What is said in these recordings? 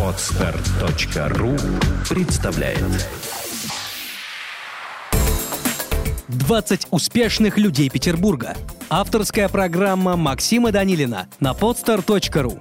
Podster.ru представляет 20 успешных людей Петербурга. Авторская программа Максима Данилина на Podster.ru.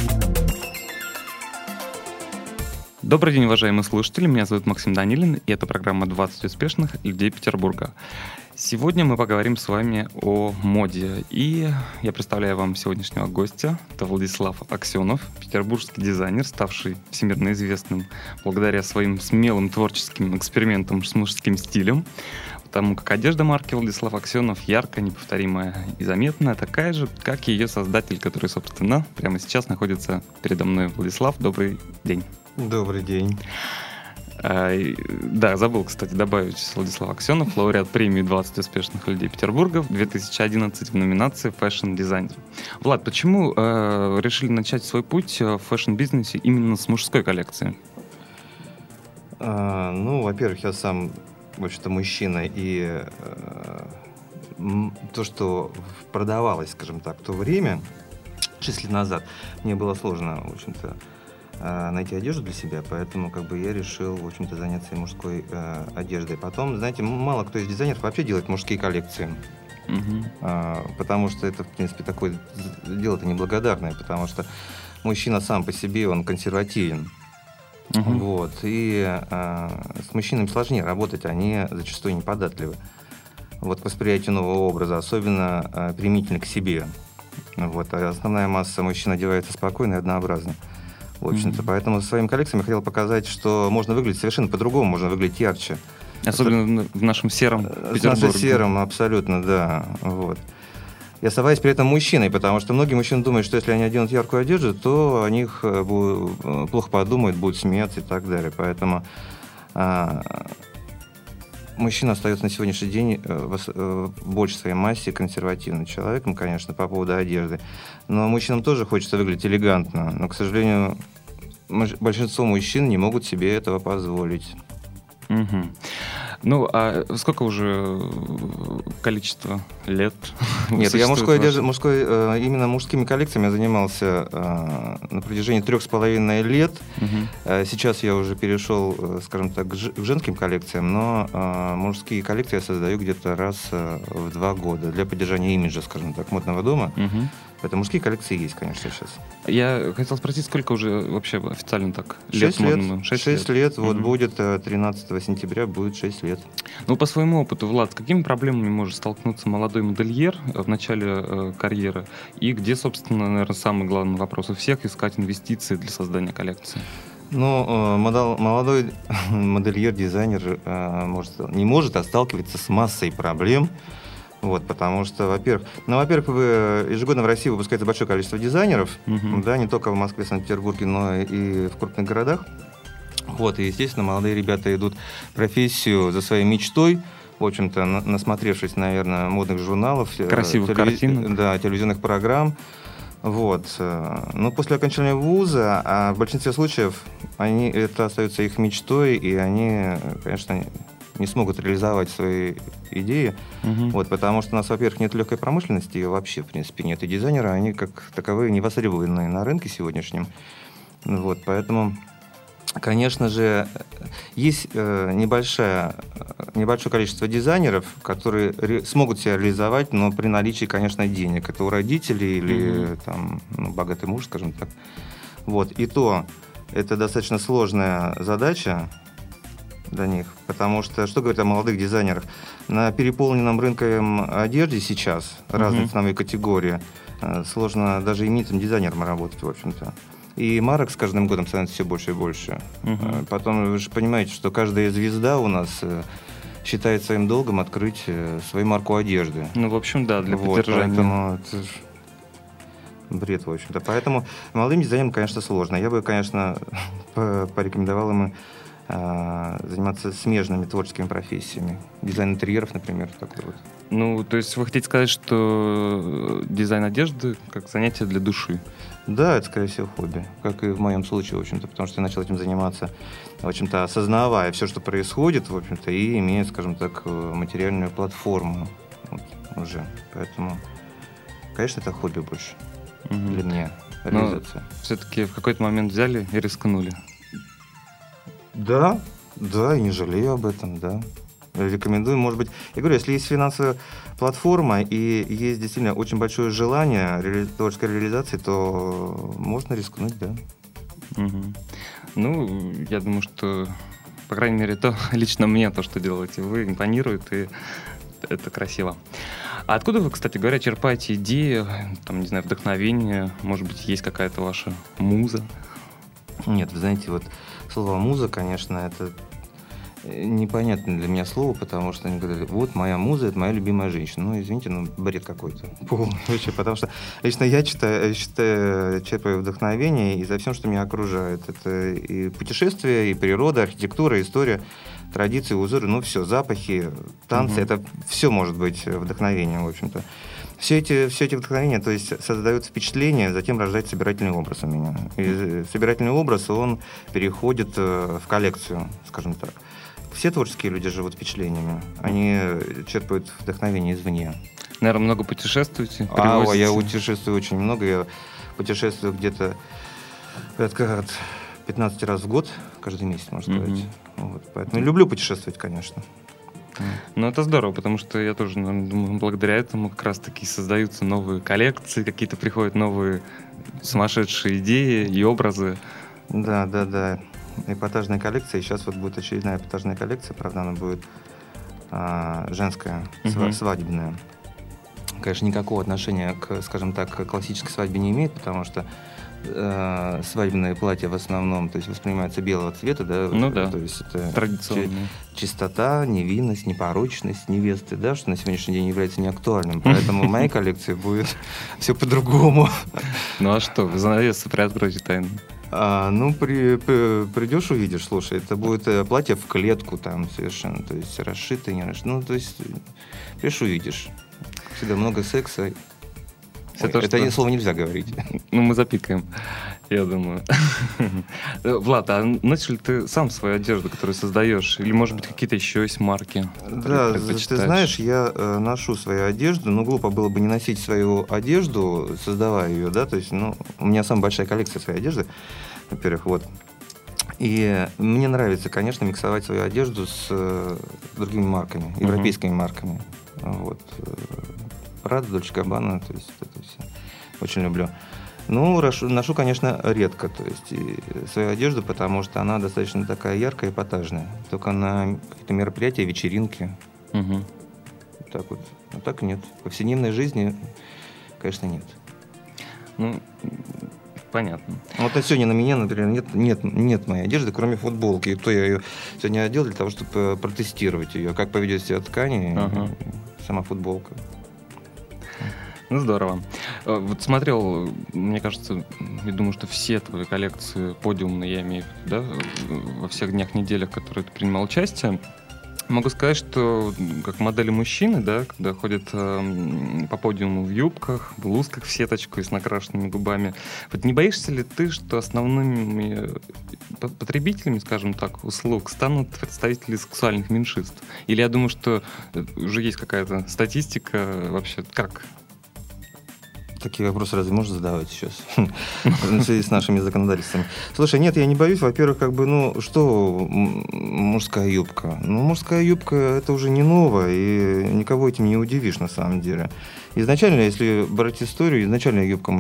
Добрый день, уважаемые слушатели. Меня зовут Максим Данилин, и это программа «20 успешных людей Петербурга». Сегодня мы поговорим с вами о моде. И я представляю вам сегодняшнего гостя. Это Владислав Аксенов, петербургский дизайнер, ставший всемирно известным благодаря своим смелым творческим экспериментам с мужским стилем. Потому как одежда марки Владислав Аксенов яркая, неповторимая и заметная, такая же, как и ее создатель, который, собственно, прямо сейчас находится передо мной. Владислав, добрый день. Добрый день. Да, забыл, кстати, добавить Владислав Аксенов, лауреат премии «20 успешных людей Петербурга» в 2011 в номинации «Фэшн-дизайнер». Влад, почему решили начать свой путь в фэшн-бизнесе именно с мужской коллекции? Во-первых, я сам, в общем-то, мужчина, и то, что продавалось, скажем так, в то время, 6 лет назад, мне было сложно, в общем-то, найти одежду для себя, поэтому я решил, в общем-то, заняться и мужской одеждой. Потом, знаете, мало кто из дизайнеров вообще делает мужские коллекции, потому что это, в принципе, такое дело-то неблагодарное, потому что мужчина сам по себе, он консервативен. И с мужчинами сложнее работать, они зачастую неподатливы к восприятию нового образа, особенно применительно к себе. А основная масса мужчин одевается спокойно и однообразно. В общем-то, поэтому своими коллекциями я хотел показать, что можно выглядеть совершенно по-другому, можно выглядеть ярче. Особенно в нашем сером Петербурге. В нашем сером, абсолютно, да. И оставаясь при этом мужчиной, потому что многие мужчины думают, что если они оденут яркую одежду, то о них плохо подумают, будут смеяться и так далее. Поэтому мужчина остается на сегодняшний день в большей своей массе консервативным человеком, конечно, по поводу одежды. Но мужчинам тоже хочется выглядеть элегантно. Но, к сожалению, большинство мужчин не могут себе этого позволить. А сколько уже количество лет? Нет, я именно мужскими коллекциями я занимался на протяжении 3,5 лет. Сейчас я уже перешел, скажем так, к женским коллекциям, но мужские коллекции я создаю где-то раз в 2 года для поддержания имиджа, скажем так, модного дома. Это мужские коллекции есть, конечно, сейчас. Я хотел спросить, сколько уже вообще официально так 6 лет? 6 лет. Будет 13 сентября, будет 6 лет. По своему опыту, Влад, с какими проблемами может столкнуться молодой модельер в начале карьеры? И где, собственно, наверное, самый главный вопрос у всех — искать инвестиции для создания коллекции? Молодой модельер, дизайнер не может, а сталкиваться с массой проблем. Потому что, во-первых, ежегодно в России выпускается большое количество дизайнеров, не только в Москве, Санкт-Петербурге, но и в крупных городах. И, естественно, молодые ребята идут в профессию за своей мечтой, в общем-то, насмотревшись, наверное, модных журналов, красивых картинок, телевизионных программ. Но после окончания вуза, в большинстве случаев, это остается их мечтой, и они, конечно, не смогут реализовать свои идеи, потому что у нас, во-первых, нет легкой промышленности, и вообще, в принципе, нет. И дизайнеры, они как таковые не востребованы на рынке сегодняшнем. Поэтому, конечно же, есть небольшое количество дизайнеров, которые смогут себя реализовать, но при наличии, конечно, денег. Это у родителей или богатый муж, скажем так. И то это достаточно сложная задача для них, потому что говорить о молодых дизайнерах? На переполненном рынком одежды сейчас, разные ценовые категории, сложно даже именитым дизайнерам работать, в общем-то. И марок с каждым годом становится все больше и больше. Потом вы же понимаете, что каждая звезда у нас считает своим долгом открыть свою марку одежды. В общем, да, для поддержания. Поэтому это бред, в общем-то. Поэтому молодым дизайнерам, конечно, сложно. Я бы, конечно, порекомендовал им заниматься смежными творческими профессиями. Дизайн интерьеров, например, такой то есть вы хотите сказать, что дизайн одежды как занятие для души? Да, это, скорее всего, хобби. Как и в моем случае, в общем-то, потому что я начал этим заниматься, в общем-то, осознавая все, что происходит, в общем-то, и имея, скажем так, материальную платформу уже. Поэтому, конечно, это хобби больше для меня. реализация. Все-таки в какой-то момент взяли и рискнули. Да, и не жалею об этом, да. Рекомендую, может быть. Я говорю, если есть финансовая платформа и есть действительно очень большое желание творческой реализации, то можно рискнуть, да. Угу. Ну, я думаю, что, по крайней мере, то лично мне то, что делаете вы, импонирует, и это красиво. А откуда вы, кстати говоря, черпаете идеи, там, не знаю, вдохновение? Может быть, есть какая-то ваша муза? Нет, вы знаете, вот слово «муза», конечно, это непонятное для меня слово, потому что они говорят, вот моя муза, это моя любимая женщина. Ну, извините, бред какой-то. Полный вообще, потому что лично я черпаю вдохновение и за всем, что меня окружает. Это и путешествия, и природа, архитектура, история, традиции, узоры, все, запахи, танцы, это все может быть вдохновением, в общем-то. Все эти вдохновения, то есть создают впечатление, затем рождается собирательный образ у меня. И собирательный образ, он переходит в коллекцию, скажем так. Все творческие люди живут впечатлениями. Они черпают вдохновение извне. Наверное, много путешествуете? Я путешествую очень много. Я путешествую где-то порядка 15 раз в год, каждый месяц, можно сказать. Вот, поэтому люблю путешествовать, конечно. Ну, это здорово, потому что я тоже думаю, благодаря этому как раз-таки создаются новые коллекции, какие-то приходят новые сумасшедшие идеи и образы. Да. Эпатажная коллекция. И сейчас вот будет очередная эпатажная коллекция. Правда, она будет женская, свадебная. Конечно, никакого отношения к, скажем так, к классической свадьбе не имеет, потому что свадебные платья в основном, то есть воспринимаются белого цвета, да? Ну да, то есть это традиционные. Чистота, невинность, непорочность невесты, да, что на сегодняшний день является неактуальным. Поэтому в моей коллекции будет все по-другому. Ну а что, вы занавесы приоткройте тайну? Придешь, увидишь, слушай, это будет платье в клетку там совершенно, то есть расшитое, не расшитое, то есть придешь, увидишь. Всегда много секса. Это слово нельзя говорить. Ну, мы запикаем, я думаю. Влад, а носишь ли ты сам свою одежду, которую создаешь? Или, может быть, какие-то еще есть марки? Да, ты знаешь, я ношу свою одежду, но глупо было бы не носить свою одежду, создавая ее, да, то есть, у меня самая большая коллекция своей одежды, во-первых, вот. И мне нравится, конечно, миксовать свою одежду с другими марками, европейскими марками. Вот. Прада, Дольче Габбана, то есть это все. Очень люблю. Ношу, конечно, редко, то есть свою одежду, потому что она достаточно такая яркая, эпатажная. Только на какие-то мероприятия, вечеринки. Так вот. А так нет. В повседневной жизни, конечно, нет. Ну, понятно. Вот на сегодня на меня, например, нет моей одежды, кроме футболки. И то я ее сегодня одел для того, чтобы протестировать ее, как поведет себя ткань, сама футболка. Ну, здорово. Вот смотрел, мне кажется, я думаю, что все твои коллекции подиумные, я имею в виду, да, во всех днях, неделях, в которые ты принимал участие. Могу сказать, что как модели мужчины, да, когда ходят по подиуму в юбках, блузках в сеточку и с накрашенными губами, вот не боишься ли ты, что основными потребителями, скажем так, услуг станут представители сексуальных меньшинств? Или я думаю, что уже есть какая-то статистика вообще, как? Такие вопросы разве можно задавать сейчас в связи с нашими законодательствами? Слушай, нет, я не боюсь. Во-первых, что мужская юбка? Мужская юбка — это уже не ново, и никого этим не удивишь на самом деле. Изначально, если брать историю, изначальная юбка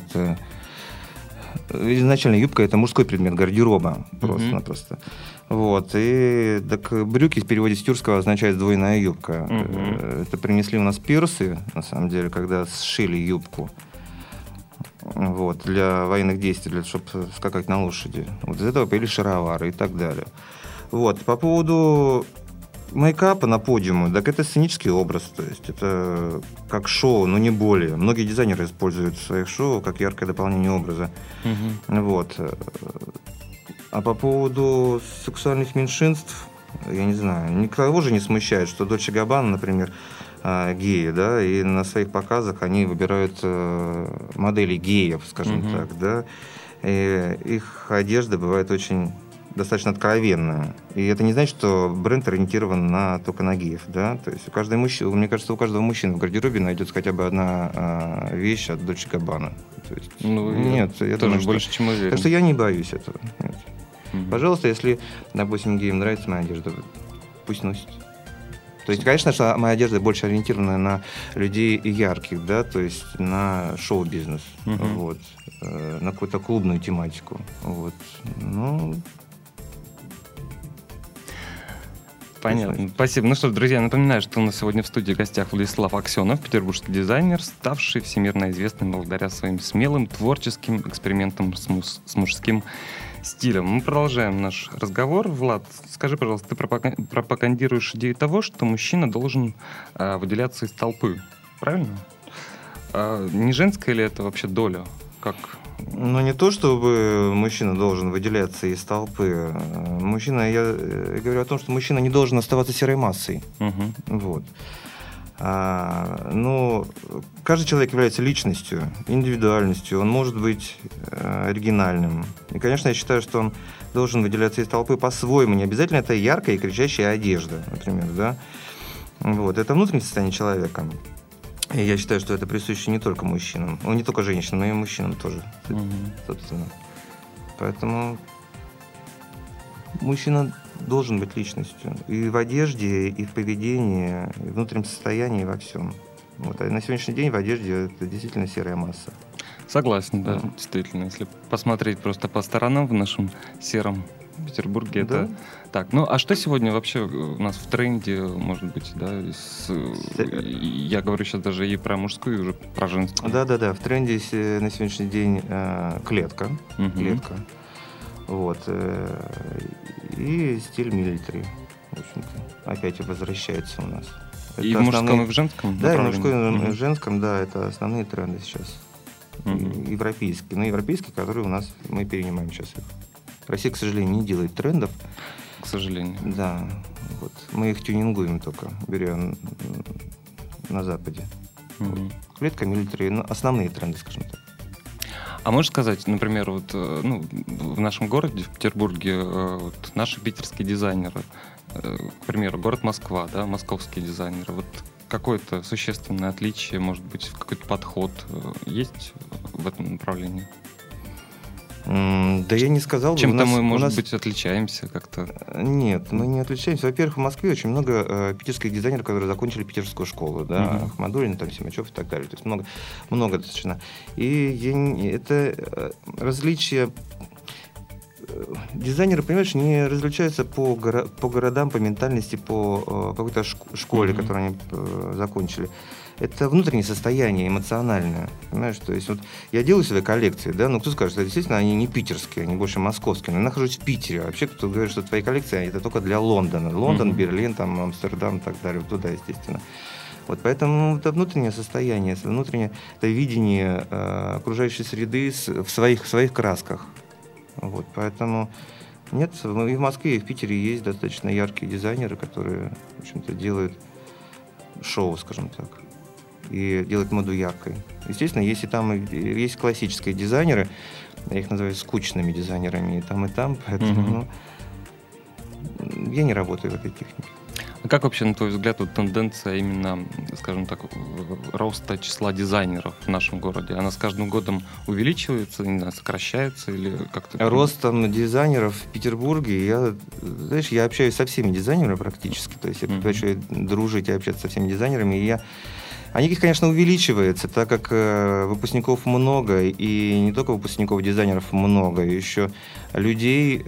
это мужской предмет гардероба, просто-напросто. Вот, и так брюки в переводе с тюркского означает «двойная юбка». Это принесли у нас персы, на самом деле, когда сшили юбку. Вот, для военных действий, чтобы скакать на лошади. Вот из этого появились шаровары и так далее. Вот, по поводу мейкапа на подиуме, так это сценический образ, то есть это как шоу, но не более. Многие дизайнеры используют в своих шоу как яркое дополнение образа. Вот. А по поводу сексуальных меньшинств, я не знаю, никого же не смущает, что Дольче Габбана, например, геи, да, и на своих показах они выбирают моделей геев, скажем так, да, и их одежда бывает очень достаточно откровенная. И это не значит, что бренд ориентирован только на геев, да. То есть мне кажется, у каждого мужчины в гардеробе найдется хотя бы одна вещь от Dolce & Gabbana. То есть, нет, я тоже думаю, больше, чем уверен. Так что я не боюсь этого. Нет. Пожалуйста, если, допустим, геям нравится моя одежда, пусть носит. То есть, конечно, что моя одежда больше ориентирована на людей ярких, да, то есть на шоу-бизнес, вот, на какую-то клубную тематику, вот. Ну, понятно. Спасибо. Ну что ж, друзья, напоминаю, что у нас сегодня в студии в гостях Владислав Аксенов, петербургский дизайнер, ставший всемирно известным благодаря своим смелым творческим экспериментам с мужским стилем. Мы продолжаем наш разговор. Влад, скажи, пожалуйста, ты пропагандируешь идею того, что мужчина должен выделяться из толпы, правильно? Не женская ли это вообще доля? Как? Ну, не то, чтобы мужчина должен выделяться из толпы. Я говорю о том, что мужчина не должен оставаться серой массой. Вот. Но каждый человек является личностью, индивидуальностью, он может быть оригинальным. И, конечно, я считаю, что он должен выделяться из толпы по-своему. Не обязательно это яркая и кричащая одежда, например, да. Вот. Это внутреннее состояние человека. И я считаю, что это присуще не только мужчинам, не только женщинам, но и мужчинам тоже, собственно. Поэтому мужчина должен быть личностью. И в одежде, и в поведении, и в внутреннем состоянии, и во всем. Вот. А на сегодняшний день в одежде это действительно серая масса. Согласен, да, действительно. Если посмотреть просто по сторонам в нашем сером Петербурге, это так. Ну, а что сегодня вообще у нас в тренде, может быть, да? Я говорю сейчас даже и про мужскую, и уже про женскую. Да. В тренде на сегодняшний день клетка. Клетка. Вот. И стиль милитари, в общем-то, опять возвращается у нас. И в мужском, и в женском? Да, и в мужском, и в женском, да, это основные тренды сейчас. Европейские. Но европейские, которые у нас, мы перенимаем сейчас их. Россия, к сожалению, не делает трендов. К сожалению. Да. Вот. Мы их тюнингуем только, берем на Западе. Вот. Клетка, милитари, основные тренды, скажем так. А можешь сказать, например, вот, в нашем городе, в Петербурге, вот, наши питерские дизайнеры, к примеру, город Москва, да, московские дизайнеры, вот какое-то существенное отличие, может быть, какой-то подход есть в этом направлении? Да я не сказал бы. Чем-то мы, может быть, отличаемся как-то? Нет, мы не отличаемся. Во-первых, в Москве очень много питерских дизайнеров, которые закончили питерскую школу, да, Ахмадуллин, там, Семачев и так далее. То есть много достаточно. И это различие... Дизайнеры, понимаешь, не различаются по городам, по ментальности, по какой-то школе, которую они закончили. Это внутреннее состояние, эмоциональное, понимаешь? То есть вот я делаю свои коллекции, да, кто скажет, что действительно они не питерские, они больше московские. Но я нахожусь в Питере. Вообще кто говорит, что твои коллекции это только для Лондона. Лондон, Берлин, там, Амстердам и так далее. Вот туда, естественно. Вот поэтому это внутреннее состояние, внутреннее это видение окружающей среды в своих красках. Вот, поэтому нет, и в Москве, и в Питере есть достаточно яркие дизайнеры, которые, в общем-то, делают шоу, скажем так, и делают моду яркой. Естественно, есть классические дизайнеры, я их называю скучными дизайнерами, и там, поэтому я не работаю в этой технике. А как вообще, на твой взгляд, вот тенденция именно, скажем так, роста числа дизайнеров в нашем городе? Она с каждым годом увеличивается, не знаю, сокращается или как-то? Ростом дизайнеров в Петербурге, я общаюсь со всеми дизайнерами практически, то есть я предпочитаю дружить и общаться со всеми дизайнерами, и они, конечно, увеличиваются, так как выпускников много, и не только выпускников дизайнеров много, еще людей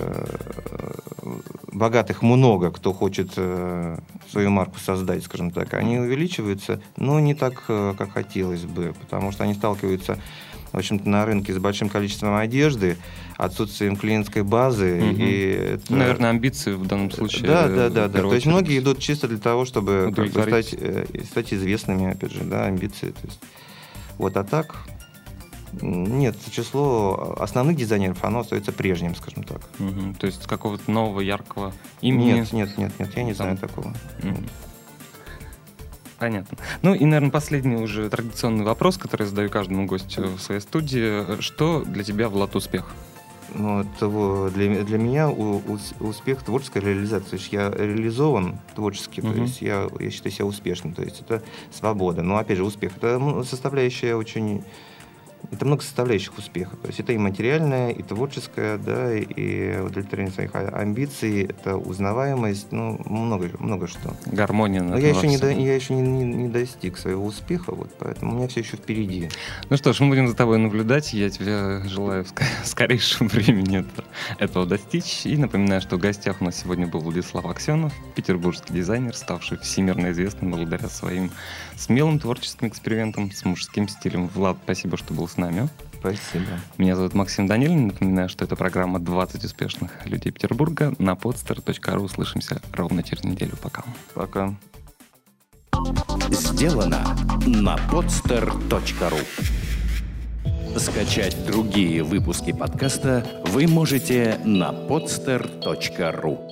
богатых много, кто хочет свою марку создать, скажем так. Они увеличиваются, но не так, как хотелось бы, потому что они сталкиваются, в общем-то, на рынке с большим количеством одежды, отсутствием клиентской базы. И это... Наверное, амбиции в данном случае. Да. То есть многие идут чисто для того, чтобы стать известными, опять же, да, амбиции. То есть. Вот, а так, нет, число основных дизайнеров, оно остается прежним, скажем так. То есть какого-то нового, яркого имени? Нет, я не знаю такого. Понятно. Ну и, наверное, последний уже традиционный вопрос, который я задаю каждому гостю в своей студии. Что для тебя, Влад, успех? для меня успех — творческая реализация. То есть я реализован творчески, то есть я считаю себя успешным. То есть это свобода. Но опять же, успех — это составляющая очень... Это много составляющих успеха. То есть это и материальное, и творческое, да, и удовлетворение своих амбиций, это узнаваемость, много что. Гармония. Но я еще не достиг своего успеха, поэтому у меня все еще впереди. Ну что ж, мы будем за тобой наблюдать. Я тебе желаю в скорейшем времени этого достичь. И напоминаю, что в гостях у нас сегодня был Владислав Аксенов, петербургский дизайнер, ставший всемирно известным благодаря своим смелым творческим экспериментам с мужским стилем. Влад, спасибо, что был с нами. Спасибо. Меня зовут Максим Данилин. Напоминаю, что это программа «20 успешных людей Петербурга» на podster.ru. Услышимся ровно через неделю. Пока. Пока. Сделано на podster.ru. Скачать другие выпуски подкаста вы можете на podster.ru.